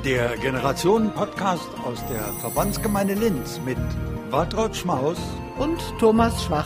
Der Generationen-Podcast aus der Verbandsgemeinde Linz mit Waltraud Schmaus und Thomas Schwarz.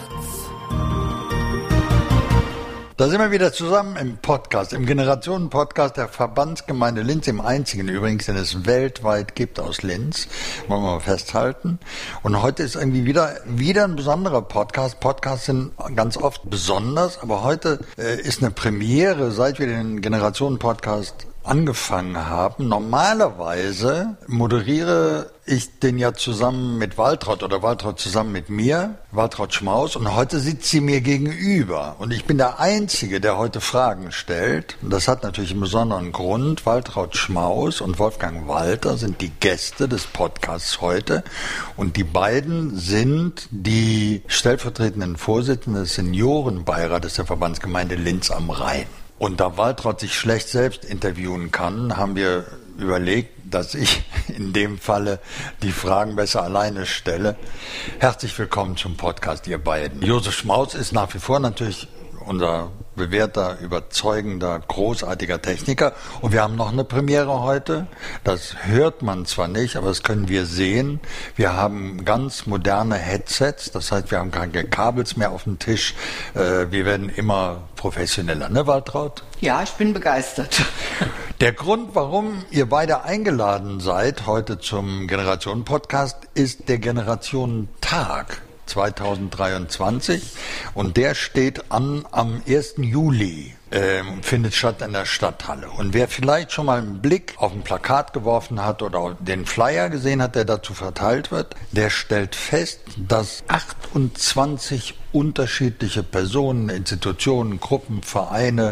Da sind wir wieder zusammen im Podcast, im Generationen-Podcast der Verbandsgemeinde Linz, im einzigen übrigens, den es weltweit gibt aus Linz, wollen wir mal festhalten. Und heute ist irgendwie wieder ein besonderer Podcast. Podcasts sind ganz oft besonders, aber heute ist eine Premiere, seit wir den Generationen-Podcast angefangen haben. Normalerweise moderiere ich den ja zusammen mit Waltraud oder Waltraud zusammen mit mir, Waltraud Schmaus, und heute sitzt sie mir gegenüber. Und ich bin der Einzige, der heute Fragen stellt. Und das hat natürlich einen besonderen Grund. Waltraud Schmaus und Wolfgang Walter sind die Gäste des Podcasts heute. Und die beiden sind die stellvertretenden Vorsitzenden des Seniorenbeirates der Verbandsgemeinde Linz am Rhein. Und da Waltraud sich schlecht selbst interviewen kann, haben wir überlegt, dass ich in dem Falle die Fragen besser alleine stelle. Herzlich willkommen zum Podcast, ihr beiden. Josef Schmaus ist nach wie vor natürlich unser bewährter, überzeugender, großartiger Techniker. Und wir haben noch eine Premiere heute. Das hört man zwar nicht, aber das können wir sehen. Wir haben ganz moderne Headsets. Das heißt, wir haben keine Kabels mehr auf dem Tisch. Wir werden immer professioneller, ne, Waltraud? Ja, ich bin begeistert. Der Grund, warum ihr beide eingeladen seid heute zum Generationen-Podcast, ist der Generationentag 2023 und der steht an am 1. Juli, findet statt in der Stadthalle. Und wer vielleicht schon mal einen Blick auf ein Plakat geworfen hat oder den Flyer gesehen hat, der dazu verteilt wird, der stellt fest, dass 28 unterschiedliche Personen, Institutionen, Gruppen, Vereine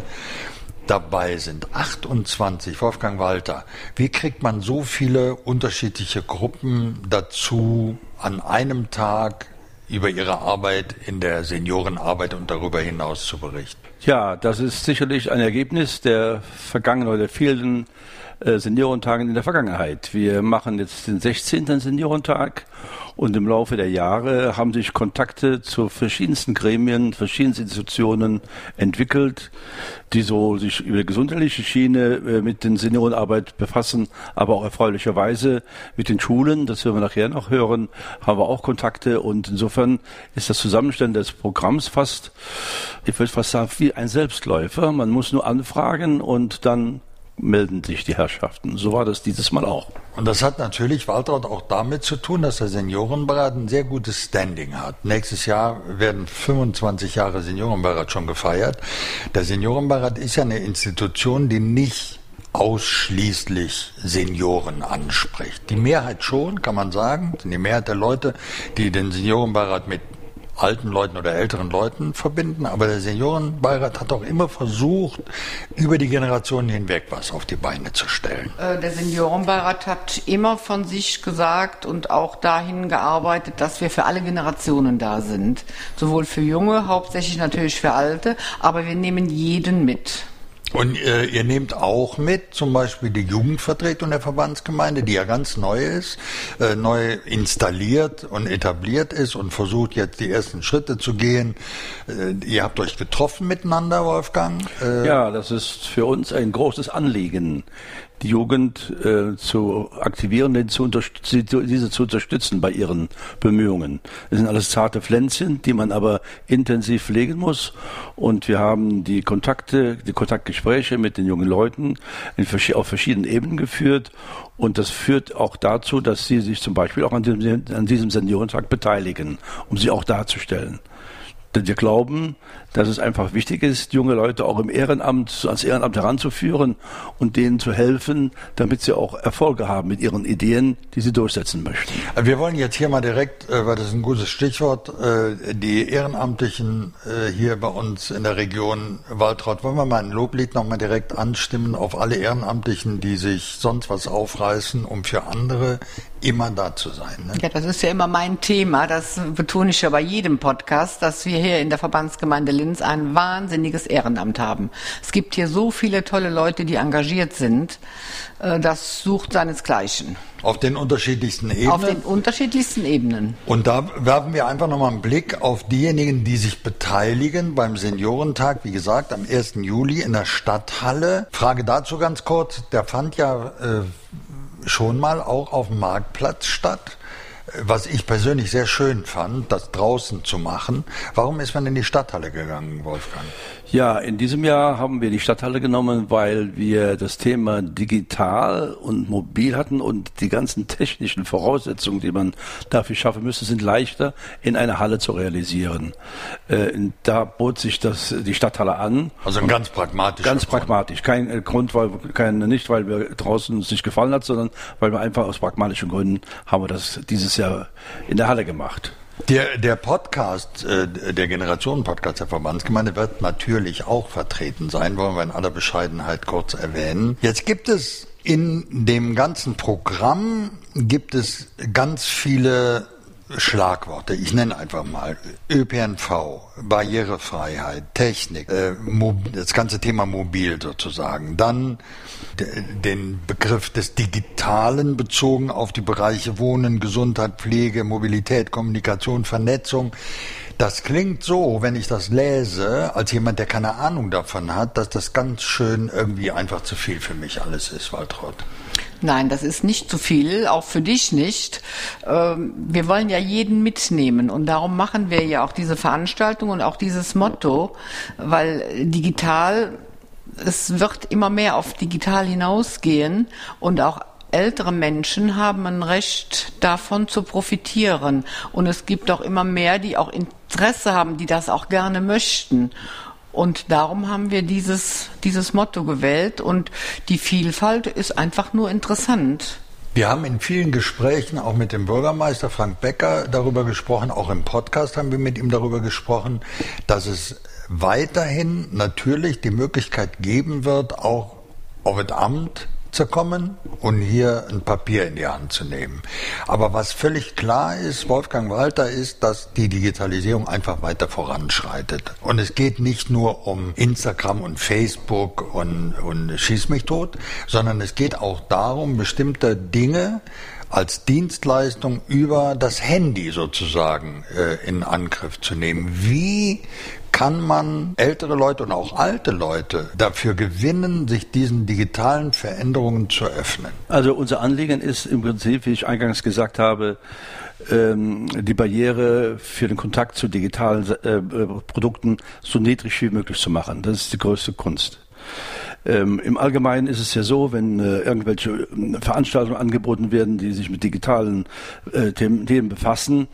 dabei sind. 28, Wolfgang Walter. Wie kriegt man so viele unterschiedliche Gruppen dazu, an einem Tag über ihre Arbeit in der Seniorenarbeit und darüber hinaus zu berichten? Ja, das ist sicherlich ein Ergebnis der vergangenen oder der vielen Seniorentagen in der Vergangenheit. Wir machen jetzt den 16. Seniorentag und im Laufe der Jahre haben sich Kontakte zu verschiedensten Gremien, verschiedensten Institutionen entwickelt, die so sich über die gesundheitliche Schiene mit den Seniorenarbeit befassen, aber auch erfreulicherweise mit den Schulen, das werden wir nachher noch hören, haben wir auch Kontakte und insofern ist das Zusammenstellen des Programms fast, ich würde fast sagen, wie ein Selbstläufer. Man muss nur anfragen und dann melden sich die Herrschaften. So war das dieses Mal auch. Und das hat natürlich, Waltraud, auch damit zu tun, dass der Seniorenbeirat ein sehr gutes Standing hat. Nächstes Jahr werden 25 Jahre Seniorenbeirat schon gefeiert. Der Seniorenbeirat ist ja eine Institution, die nicht ausschließlich Senioren anspricht. Die Mehrheit schon, kann man sagen, sind die Mehrheit der Leute, die den Seniorenbeirat mit alten Leuten oder älteren Leuten verbinden, aber der Seniorenbeirat hat auch immer versucht, über die Generationen hinweg was auf die Beine zu stellen. Der Seniorenbeirat hat immer von sich gesagt und auch dahin gearbeitet, dass wir für alle Generationen da sind. Sowohl für Junge, hauptsächlich natürlich für Alte, aber wir nehmen jeden mit. Und ihr nehmt auch mit zum Beispiel die Jugendvertretung der Verbandsgemeinde, die ja ganz neu ist, neu installiert und etabliert ist und versucht jetzt die ersten Schritte zu gehen. Ihr habt euch getroffen miteinander, Wolfgang? Ja, das ist für uns ein großes Anliegen, die Jugend zu aktivieren, diese zu unterstützen bei ihren Bemühungen. Das sind alles zarte Pflänzchen, die man aber intensiv pflegen muss. Und wir haben die Kontaktgespräche mit den jungen Leuten auf verschiedenen Ebenen geführt. Und das führt auch dazu, dass sie sich zum Beispiel auch an diesem Seniorentag beteiligen, um sie auch darzustellen. Denn wir glauben, dass es einfach wichtig ist, junge Leute auch im Ehrenamt, ans Ehrenamt heranzuführen und denen zu helfen, damit sie auch Erfolge haben mit ihren Ideen, die sie durchsetzen möchten. Wir wollen jetzt hier mal direkt, weil das ist ein gutes Stichwort, die Ehrenamtlichen hier bei uns in der Region Waltraud, wollen wir mal ein Loblied nochmal direkt anstimmen auf alle Ehrenamtlichen, die sich sonst was aufreißen, um für andere immer da zu sein. Ne? Ja, das ist ja immer mein Thema, das betone ich ja bei jedem Podcast, dass wir hier in der Verbandsgemeinde Linz ein wahnsinniges Ehrenamt haben. Es gibt hier so viele tolle Leute, die engagiert sind, das sucht seinesgleichen. Auf den unterschiedlichsten Ebenen? Auf den unterschiedlichsten Ebenen. Und da werfen wir einfach nochmal einen Blick auf diejenigen, die sich beteiligen beim Seniorentag, wie gesagt, am 1. Juli in der Stadthalle. Frage dazu ganz kurz, der fand ja schon mal auch auf dem Marktplatz statt. Was ich persönlich sehr schön fand, das draußen zu machen. Warum ist man in die Stadthalle gegangen, Wolfgang? Ja, in diesem Jahr haben wir die Stadthalle genommen, weil wir das Thema digital und mobil hatten und die ganzen technischen Voraussetzungen, die man dafür schaffen müsste, sind leichter in einer Halle zu realisieren. Da bot sich die Stadthalle an. Also ein ganz pragmatischer Ganz pragmatisch. Kein Grund, nicht weil wir draußen uns nicht gefallen hat, sondern weil wir einfach aus pragmatischen Gründen haben wir das dieses Jahr in der Halle gemacht. Der Podcast, der Generationen-Podcast der Verbandsgemeinde wird natürlich auch vertreten sein, wollen wir in aller Bescheidenheit kurz erwähnen. Jetzt gibt es in dem ganzen Programm ganz viele Schlagworte. Ich nenne einfach mal ÖPNV, Barrierefreiheit, Technik, das ganze Thema mobil sozusagen. Dann den Begriff des Digitalen bezogen auf die Bereiche Wohnen, Gesundheit, Pflege, Mobilität, Kommunikation, Vernetzung. Das klingt so, wenn ich das lese, als jemand, der keine Ahnung davon hat, dass das ganz schön irgendwie einfach zu viel für mich alles ist, Waltraud. Nein, das ist nicht zu viel, auch für dich nicht. Wir wollen ja jeden mitnehmen und darum machen wir ja auch diese Veranstaltung und auch dieses Motto, weil digital, es wird immer mehr auf digital hinausgehen und auch ältere Menschen haben ein Recht davon zu profitieren und es gibt auch immer mehr, die auch Interesse haben, die das auch gerne möchten. Und darum haben wir dieses Motto gewählt und die Vielfalt ist einfach nur interessant. Wir haben in vielen Gesprächen auch mit dem Bürgermeister Frank Becker darüber gesprochen, auch im Podcast haben wir mit ihm darüber gesprochen, dass es weiterhin natürlich die Möglichkeit geben wird, auch auf das Amt zu kommen und hier ein Papier in die Hand zu nehmen. Aber was völlig klar ist, Wolfgang Walter, ist, dass die Digitalisierung einfach weiter voranschreitet. Und es geht nicht nur um Instagram und Facebook und Schieß mich tot, sondern es geht auch darum, bestimmte Dinge als Dienstleistung über das Handy sozusagen in Angriff zu nehmen. Wie kann man ältere Leute und auch alte Leute dafür gewinnen, sich diesen digitalen Veränderungen zu öffnen? Also unser Anliegen ist im Prinzip, wie ich eingangs gesagt habe, die Barriere für den Kontakt zu digitalen Produkten so niedrig wie möglich zu machen. Das ist die größte Kunst. Im Allgemeinen ist es ja so, wenn irgendwelche Veranstaltungen angeboten werden, die sich mit digitalen Themen befassen,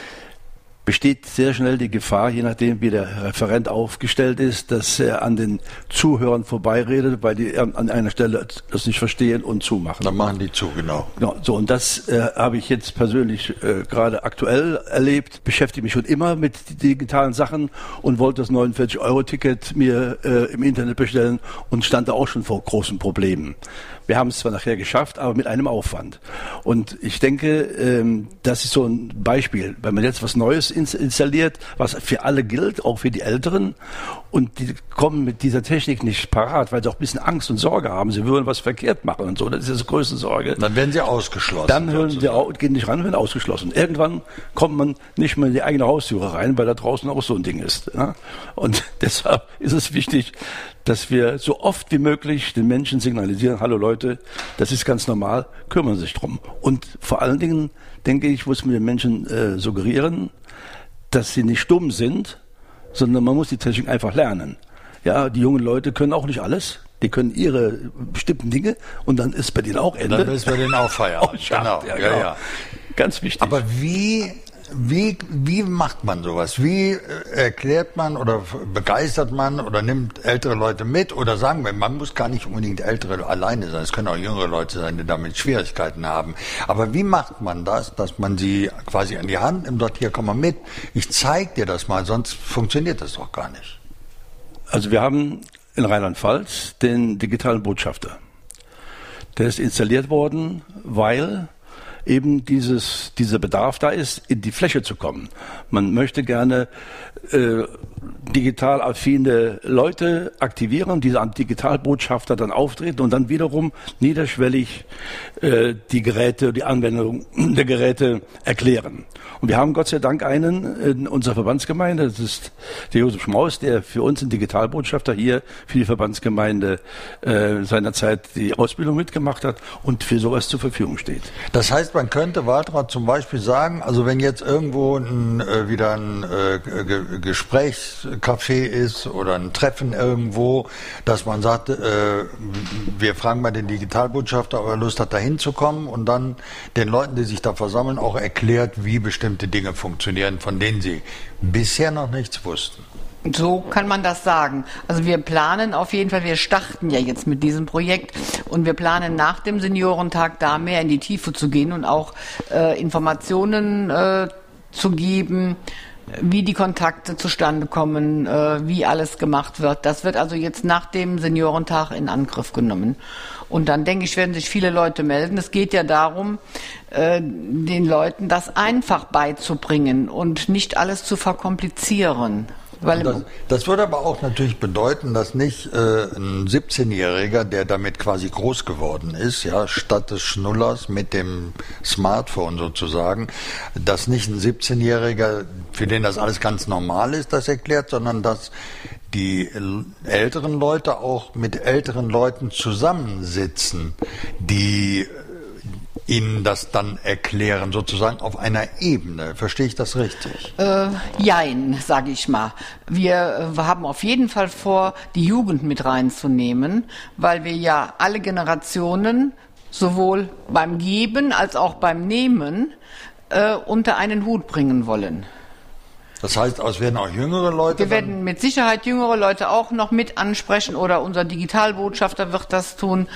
besteht sehr schnell die Gefahr, je nachdem wie der Referent aufgestellt ist, dass er an den Zuhörern vorbeiredet, weil die an einer Stelle das nicht verstehen und zumachen. Dann machen die zu, genau. Ja, so, und das habe ich jetzt persönlich gerade aktuell erlebt. Beschäftige mich schon immer mit digitalen Sachen und wollte das 49-Euro-Ticket mir im Internet bestellen und stand da auch schon vor großen Problemen. Wir haben es zwar nachher geschafft, aber mit einem Aufwand. Und ich denke, das ist so ein Beispiel. Wenn man jetzt was Neues installiert, was für alle gilt, auch für die Älteren, und die kommen mit dieser Technik nicht parat, weil sie auch ein bisschen Angst und Sorge haben, sie würden was verkehrt machen und so. Das ist die größte Sorge. Dann werden sie ausgeschlossen. Dann gehen nicht ran, werden ausgeschlossen. Irgendwann kommt man nicht mehr in die eigene Haustüre rein, weil da draußen auch so ein Ding ist. Ja? Und deshalb ist es wichtig, dass wir so oft wie möglich den Menschen signalisieren, hallo Leute, das ist ganz normal, kümmern Sie sich drum. Und vor allen Dingen, denke ich, muss man den Menschen suggerieren, dass sie nicht dumm sind, sondern man muss die Technik einfach lernen. Ja, die jungen Leute können auch nicht alles. Die können ihre bestimmten Dinge und dann ist bei denen auch Ende. Dann ist bei denen auch Feierabend. Genau. Ja. Ganz wichtig. Aber wie macht man sowas? Wie erklärt man oder begeistert man oder nimmt ältere Leute mit? Oder sagen wir, man muss gar nicht unbedingt ältere alleine sein. Es können auch jüngere Leute sein, die damit Schwierigkeiten haben. Aber wie macht man das, dass man sie quasi an die Hand nimmt, sagt, hier, komm mal mit, ich zeig dir das mal, sonst funktioniert das doch gar nicht. Also wir haben in Rheinland-Pfalz den digitalen Botschafter. Der ist installiert worden, weil eben dieser Bedarf da ist, in die Fläche zu kommen. Man möchte gerne digital affine Leute aktivieren, diese Digitalbotschafter dann auftreten und dann wiederum niederschwellig die Anwendung der Geräte erklären. Und wir haben Gott sei Dank einen in unserer Verbandsgemeinde, das ist der Josef Schmaus, der für uns ein Digitalbotschafter hier für die Verbandsgemeinde seinerzeit die Ausbildung mitgemacht hat und für sowas zur Verfügung steht. Das heißt, man könnte, Waltraud, zum Beispiel sagen, also wenn jetzt irgendwo wieder ein Gesprächscafé ist oder ein Treffen irgendwo, dass man sagt, wir fragen mal den Digitalbotschafter, ob er Lust hat, da hinzukommen und dann den Leuten, die sich da versammeln, auch erklärt, wie bestimmte Dinge funktionieren, von denen sie bisher noch nichts wussten. So kann man das sagen. Also wir planen auf jeden Fall, wir starten ja jetzt mit diesem Projekt und wir planen nach dem Seniorentag da mehr in die Tiefe zu gehen und auch Informationen zu geben, wie die Kontakte zustande kommen, wie alles gemacht wird. Das wird also jetzt nach dem Seniorentag in Angriff genommen. Und dann, denke ich, werden sich viele Leute melden. Es geht ja darum, den Leuten das einfach beizubringen und nicht alles zu verkomplizieren. Das würde aber auch natürlich bedeuten, dass nicht ein 17-Jähriger, der damit quasi groß geworden ist, ja, statt des Schnullers mit dem Smartphone sozusagen, dass nicht ein 17-Jähriger, für den das alles ganz normal ist, das erklärt, sondern dass die älteren Leute auch mit älteren Leuten zusammensitzen, die Ihnen das dann erklären, sozusagen auf einer Ebene. Verstehe ich das richtig? Jein, sage ich mal. Wir haben auf jeden Fall vor, die Jugend mit reinzunehmen, weil wir ja alle Generationen sowohl beim Geben als auch beim Nehmen unter einen Hut bringen wollen. Das heißt, es werden auch jüngere Leute... Wir werden mit Sicherheit jüngere Leute auch noch mit ansprechen oder unser Digitalbotschafter wird das tun.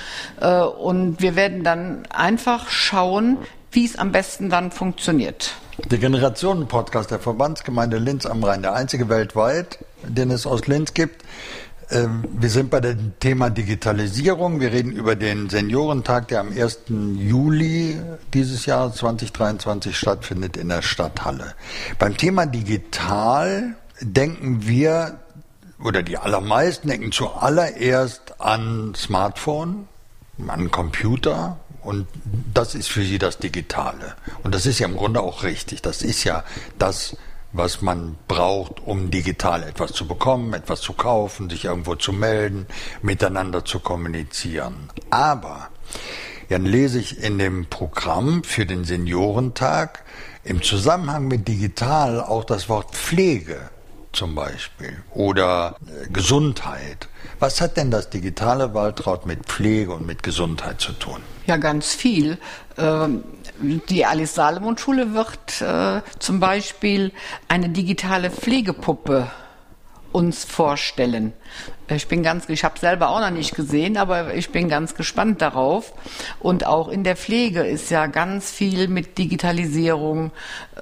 Und wir werden dann einfach schauen, wie es am besten dann funktioniert. Der Generationen-Podcast der Verbandsgemeinde Linz am Rhein, der einzige weltweit, den es aus Linz gibt. Wir sind bei dem Thema Digitalisierung. Wir reden über den Seniorentag, der am 1. Juli dieses Jahr 2023 stattfindet in der Stadthalle. Beim Thema digital denken wir, oder die allermeisten denken zuallererst an Smartphone, an Computer. Und das ist für sie das Digitale. Und das ist ja im Grunde auch richtig. Das ist ja das, was man braucht, um digital etwas zu bekommen, etwas zu kaufen, sich irgendwo zu melden, miteinander zu kommunizieren. Aber dann lese ich in dem Programm für den Seniorentag im Zusammenhang mit digital auch das Wort Pflege zum Beispiel oder Gesundheit. Was hat denn das digitale, Waltraud, mit Pflege und mit Gesundheit zu tun? Ja, ganz viel. Die Alice-Salomon-Schule wird zum Beispiel eine digitale Pflegepuppe uns vorstellen. Ich habe selber auch noch nicht gesehen, aber ich bin ganz gespannt darauf. Und auch in der Pflege ist ja ganz viel mit Digitalisierung.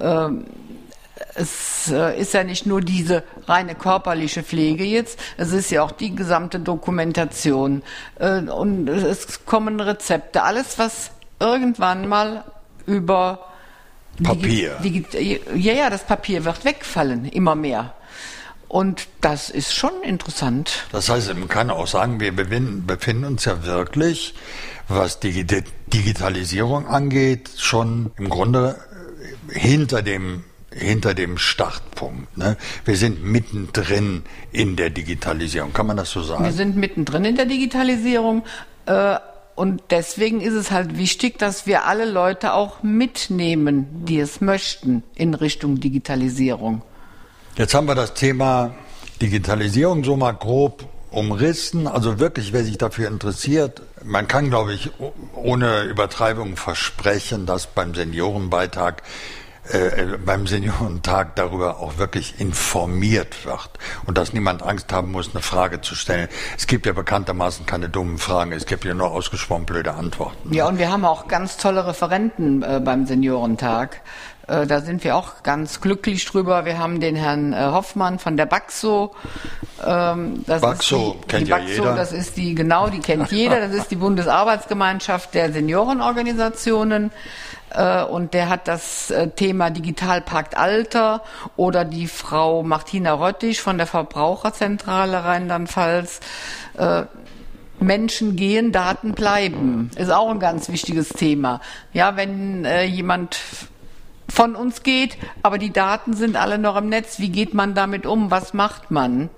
Es ist ja nicht nur diese reine körperliche Pflege jetzt, es ist ja auch die gesamte Dokumentation und es kommen Rezepte, alles was irgendwann mal über Papier. Das Papier wird wegfallen, immer mehr. Und das ist schon interessant. Das heißt, man kann auch sagen, wir befinden uns ja wirklich, was die Digitalisierung angeht, schon im Grunde hinter dem Startpunkt. Ne? Wir sind mittendrin in der Digitalisierung. Kann man das so sagen? Wir sind mittendrin in der Digitalisierung und deswegen ist es halt wichtig, dass wir alle Leute auch mitnehmen, die es möchten, in Richtung Digitalisierung. Jetzt haben wir das Thema Digitalisierung so mal grob umrissen. Also wirklich, wer sich dafür interessiert, man kann, glaube ich, ohne Übertreibung versprechen, dass beim Seniorenbeitrag beim Seniorentag darüber auch wirklich informiert wird und dass niemand Angst haben muss, eine Frage zu stellen. Es gibt ja bekanntermaßen keine dummen Fragen, es gibt ja nur ausgesprochen blöde Antworten. Ja, und wir haben auch ganz tolle Referenten beim Seniorentag. Da sind wir auch ganz glücklich drüber. Wir haben den Herrn Hoffmann von der BAXO. BAXO kennt ja jeder. Das ist die kennt jeder. Das ist die Bundesarbeitsgemeinschaft der Seniorenorganisationen. Und der hat das Thema Digitalpakt Alter, oder die Frau Martina Röttich von der Verbraucherzentrale Rheinland-Pfalz. Menschen gehen, Daten bleiben. Ist auch ein ganz wichtiges Thema. Ja, wenn jemand von uns geht, aber die Daten sind alle noch im Netz. Wie geht man damit um? Was macht man?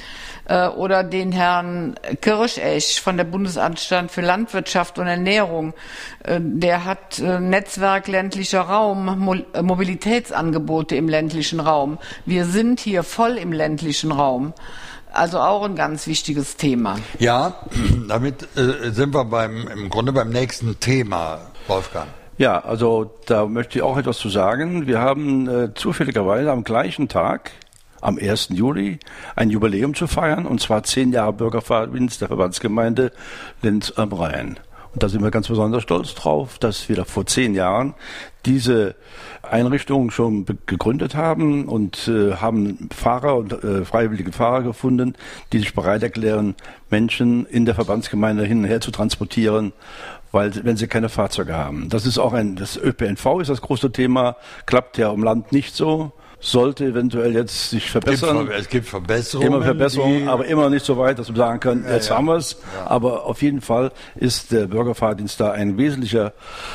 Oder den Herrn Kirschesch von der Bundesanstalt für Landwirtschaft und Ernährung. Der hat Netzwerk ländlicher Raum, Mobilitätsangebote im ländlichen Raum. Wir sind hier voll im ländlichen Raum. Also auch ein ganz wichtiges Thema. Ja, damit sind wir im Grunde beim nächsten Thema, Wolfgang. Ja, also da möchte ich auch etwas zu sagen. Wir haben zufälligerweise am gleichen Tag, am 1. Juli, ein Jubiläum zu feiern, und zwar 10 Jahre Bürgerfahrdienst der Verbandsgemeinde Linz am Rhein. Und da sind wir ganz besonders stolz drauf, dass wir da vor 10 Jahren diese Einrichtung schon gegründet haben und haben Fahrer und freiwillige Fahrer gefunden, die sich bereit erklären, Menschen in der Verbandsgemeinde hin und her zu transportieren, wenn sie keine Fahrzeuge haben. Das ist auch das ÖPNV ist das große Thema, klappt ja im Land nicht so. Sollte eventuell jetzt sich verbessern. Es gibt Verbesserungen. Immer Verbesserungen, aber immer noch nicht so weit, dass wir sagen können, jetzt haben wir es. Ja. Aber auf jeden Fall ist der Bürgerfahrdienst da ein wesentlicher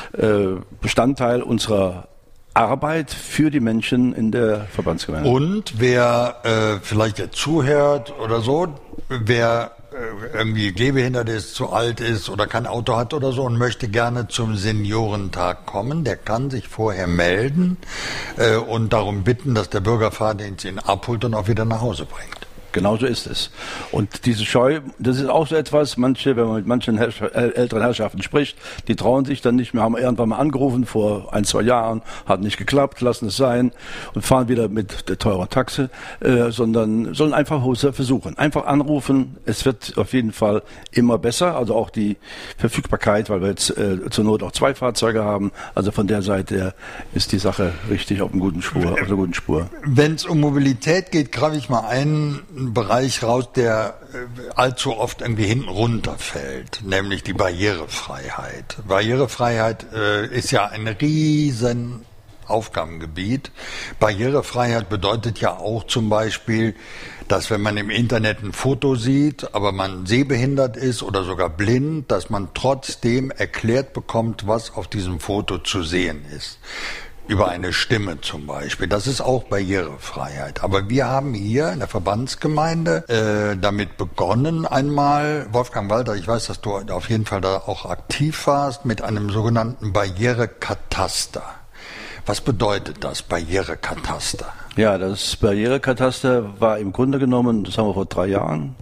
Bestandteil unserer Arbeit für die Menschen in der Verbandsgemeinde. Und wer vielleicht jetzt zuhört oder so, wer irgendwie gehbehindert ist, zu alt ist oder kein Auto hat oder so und möchte gerne zum Seniorentag kommen, der kann sich vorher melden und darum bitten, dass der Bürgerfahrdienst ihn abholt und auch wieder nach Hause bringt. Genau so ist es. Und diese Scheu, das ist auch so etwas, wenn man mit manchen älteren Herrschaften spricht, die trauen sich dann nicht mehr, haben irgendwann mal angerufen vor 1-2 Jahren, hat nicht geklappt, lassen es sein und fahren wieder mit der teuren Taxe, sondern sollen einfach versuchen. Einfach anrufen, es wird auf jeden Fall immer besser, also auch die Verfügbarkeit, weil wir jetzt zur Not auch 2 Fahrzeuge haben, also von der Seite ist die Sache richtig auf einer guten Spur. Wenn es um Mobilität geht, greife ich mal einen Bereich raus, der allzu oft irgendwie hinten runterfällt, nämlich die Barrierefreiheit. Barrierefreiheit ist ja ein riesen Aufgabengebiet. Barrierefreiheit bedeutet ja auch zum Beispiel, dass wenn man im Internet ein Foto sieht, aber man sehbehindert ist oder sogar blind, dass man trotzdem erklärt bekommt, was auf diesem Foto zu sehen ist. Über eine Stimme zum Beispiel. Das ist auch Barrierefreiheit. Aber wir haben hier in der Verbandsgemeinde damit begonnen einmal, Wolfgang Walter, ich weiß, dass du auf jeden Fall da auch aktiv warst, mit einem sogenannten Barrierekataster. Was bedeutet das, Barrierekataster? Ja, das Barrierekataster war im Grunde genommen, das haben wir vor 3 Jahren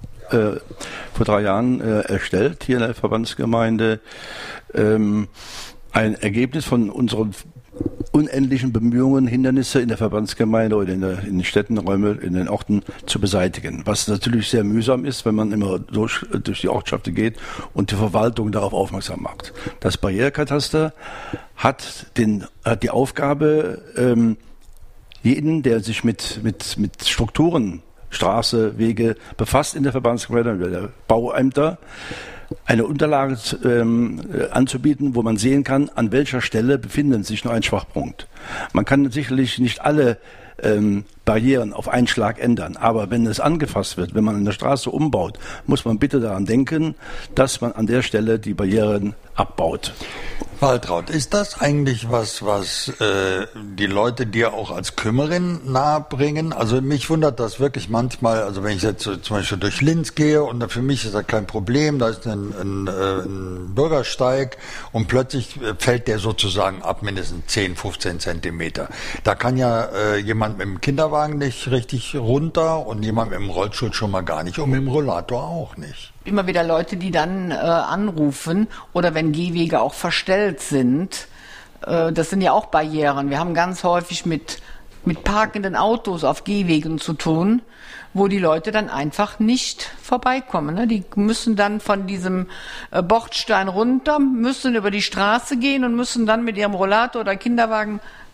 erstellt hier in der Verbandsgemeinde, ein Ergebnis von unseren unendlichen Bemühungen, Hindernisse in der Verbandsgemeinde oder in den Städten, in den Orten zu beseitigen. Was natürlich sehr mühsam ist, wenn man immer durch die Ortschaften geht und die Verwaltung darauf aufmerksam macht. Das Barrierekataster hat die Aufgabe, jeden, der sich mit Strukturen, Straße, Wege befasst in der Verbandsgemeinde, der Bauämter, eine Unterlage anzubieten, wo man sehen kann, an welcher Stelle befindet sich noch ein Schwachpunkt. Man kann sicherlich nicht alle Barrieren auf einen Schlag ändern, aber wenn es angefasst wird, wenn man eine Straße umbaut, muss man bitte daran denken, dass man an der Stelle die Barrieren abbaut. Waltraud, ist das eigentlich was die Leute dir auch als Kümmerin nahebringen? Also mich wundert das wirklich manchmal, also wenn ich jetzt zum Beispiel durch Linz gehe und für mich ist das kein Problem, da ist ein Bürgersteig und plötzlich fällt der sozusagen ab mindestens 10, 15 Zentimeter. Da kann ja jemand mit dem Kinderwagen nicht richtig runter und jemand mit dem Rollstuhl schon mal gar nicht und mit dem Rollator auch nicht. Immer wieder Leute, die dann anrufen oder wenn Gehwege auch verstellt sind, das sind ja auch Barrieren. Wir haben ganz häufig mit parkenden Autos auf Gehwegen zu tun, wo die Leute dann einfach nicht vorbeikommen. Ne? Die müssen dann von diesem Bordstein runter, müssen über die Straße gehen und müssen dann mit ihrem Rollator oder Kinderwagen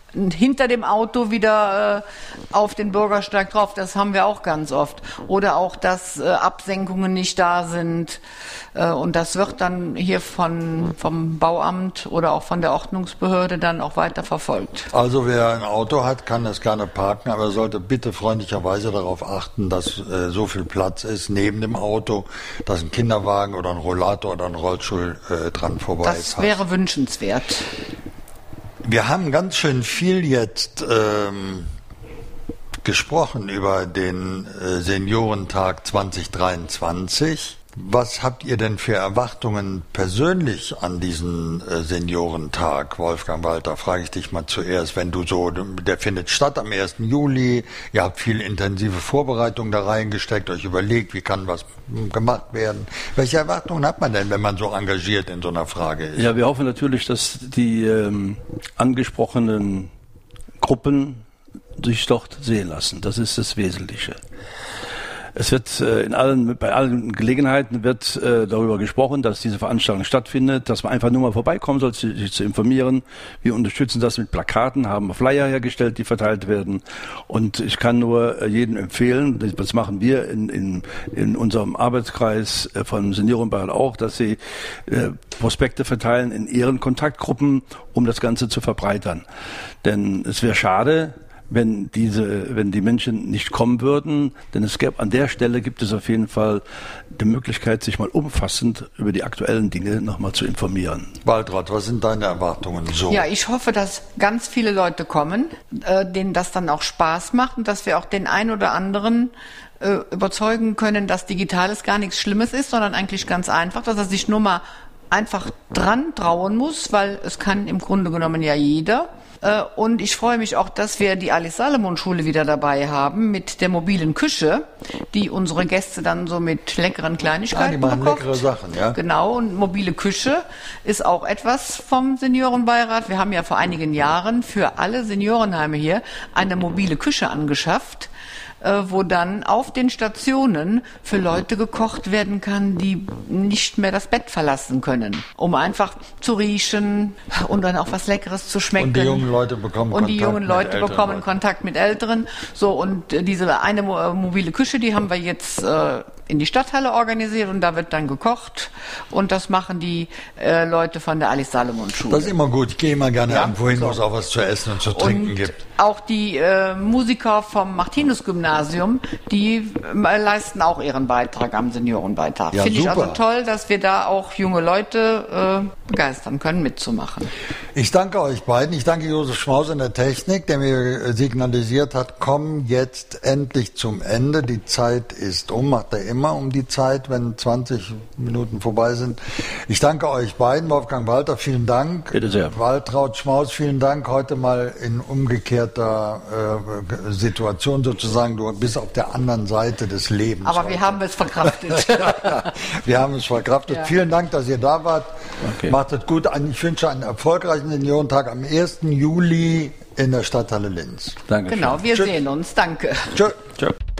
hinter dem Auto wieder auf den Bürgersteig drauf. Das haben wir auch ganz oft. Oder auch, dass Absenkungen nicht da sind. Und das wird dann hier vom Bauamt oder auch von der Ordnungsbehörde dann auch weiter verfolgt. Also wer ein Auto hat, kann das gerne parken, aber sollte bitte freundlicherweise darauf achten, dass so viel Platz ist neben dem Auto, dass ein Kinderwagen oder ein Rollator oder ein Rollstuhl dran vorbei Das wäre wünschenswert. Wir haben ganz schön viel jetzt gesprochen über den Seniorentag 2023. Was habt ihr denn für Erwartungen persönlich an diesen Seniorentag? Wolfgang Walter, frage ich dich mal zuerst, wenn du so, der findet statt am 1. Juli, ihr habt viel intensive Vorbereitung da reingesteckt, euch überlegt, wie kann was gemacht werden. Welche Erwartungen hat man denn, wenn man so engagiert in so einer Frage ist? Ja, wir hoffen natürlich, dass die angesprochenen Gruppen sich dort sehen lassen. Das ist das Wesentliche. Es wird bei allen Gelegenheiten wird darüber gesprochen, dass diese Veranstaltung stattfindet, dass man einfach nur mal vorbeikommen soll, sich zu informieren. Wir unterstützen das mit Plakaten, haben Flyer hergestellt, die verteilt werden. Und ich kann nur jedem empfehlen, das machen wir in unserem Arbeitskreis von Seniorenbeirat auch, dass sie Prospekte verteilen in ihren Kontaktgruppen, um das Ganze zu verbreitern. Denn es wäre schade, wenn die Menschen nicht kommen würden, denn an der Stelle gibt es auf jeden Fall die Möglichkeit, sich mal umfassend über die aktuellen Dinge nochmal zu informieren. Waltraud, was sind deine Erwartungen so? Ja, ich hoffe, dass ganz viele Leute kommen, denen das dann auch Spaß macht und dass wir auch den einen oder anderen überzeugen können, dass Digitales gar nichts Schlimmes ist, sondern eigentlich ganz einfach, dass er sich nur mal einfach dran trauen muss, weil es kann im Grunde genommen ja jeder. Und ich freue mich auch, dass wir die Alice-Salomon-Schule wieder dabei haben mit der mobilen Küche, die unsere Gäste dann so mit leckeren Kleinigkeiten die machen bekocht. leckere Sachen, ja. Genau, und mobile Küche ist auch etwas vom Seniorenbeirat. Wir haben ja vor einigen Jahren für alle Seniorenheime hier eine mobile Küche angeschafft, wo dann auf den Stationen für Leute gekocht werden kann, die nicht mehr das Bett verlassen können, um einfach zu riechen und dann auch was Leckeres zu schmecken. Und die jungen Leute bekommen Kontakt mit Älteren. So, und diese eine mobile Küche, die haben wir jetzt in die Stadthalle organisiert und da wird dann gekocht und das machen die Leute von der Alice-Salomon-Schule. Das ist immer gut. Ich gehe immer gerne irgendwo hin, wo es auch was zu essen und zu trinken gibt. Auch die Musiker vom Martinus-Gymnasium, die leisten auch ihren Beitrag am Seniorenbeitrag. Ja, Finde ich also super. toll, dass wir da auch junge Leute begeistern können, mitzumachen. Ich danke euch beiden. Ich danke Josef Schmaus in der Technik, der mir signalisiert hat, komm jetzt endlich zum Ende. Die Zeit ist um, macht er immer um die Zeit, wenn 20 Minuten vorbei sind. Ich danke euch beiden. Wolfgang Walter, vielen Dank. Bitte sehr. Waltraud Schmaus, vielen Dank. Heute mal in umgekehrter Situation sozusagen. Du bist auf der anderen Seite des Lebens. Aber heute. wir haben es verkraftet. Wir haben es verkraftet. Ja. Vielen Dank, dass ihr da wart. Okay. Macht es gut. Ich wünsche einen erfolgreichen Seniorentag am 1. Juli in der Stadthalle Linz. Danke. Genau, wir Tschüss. sehen uns. Danke. Tschö. Ciao.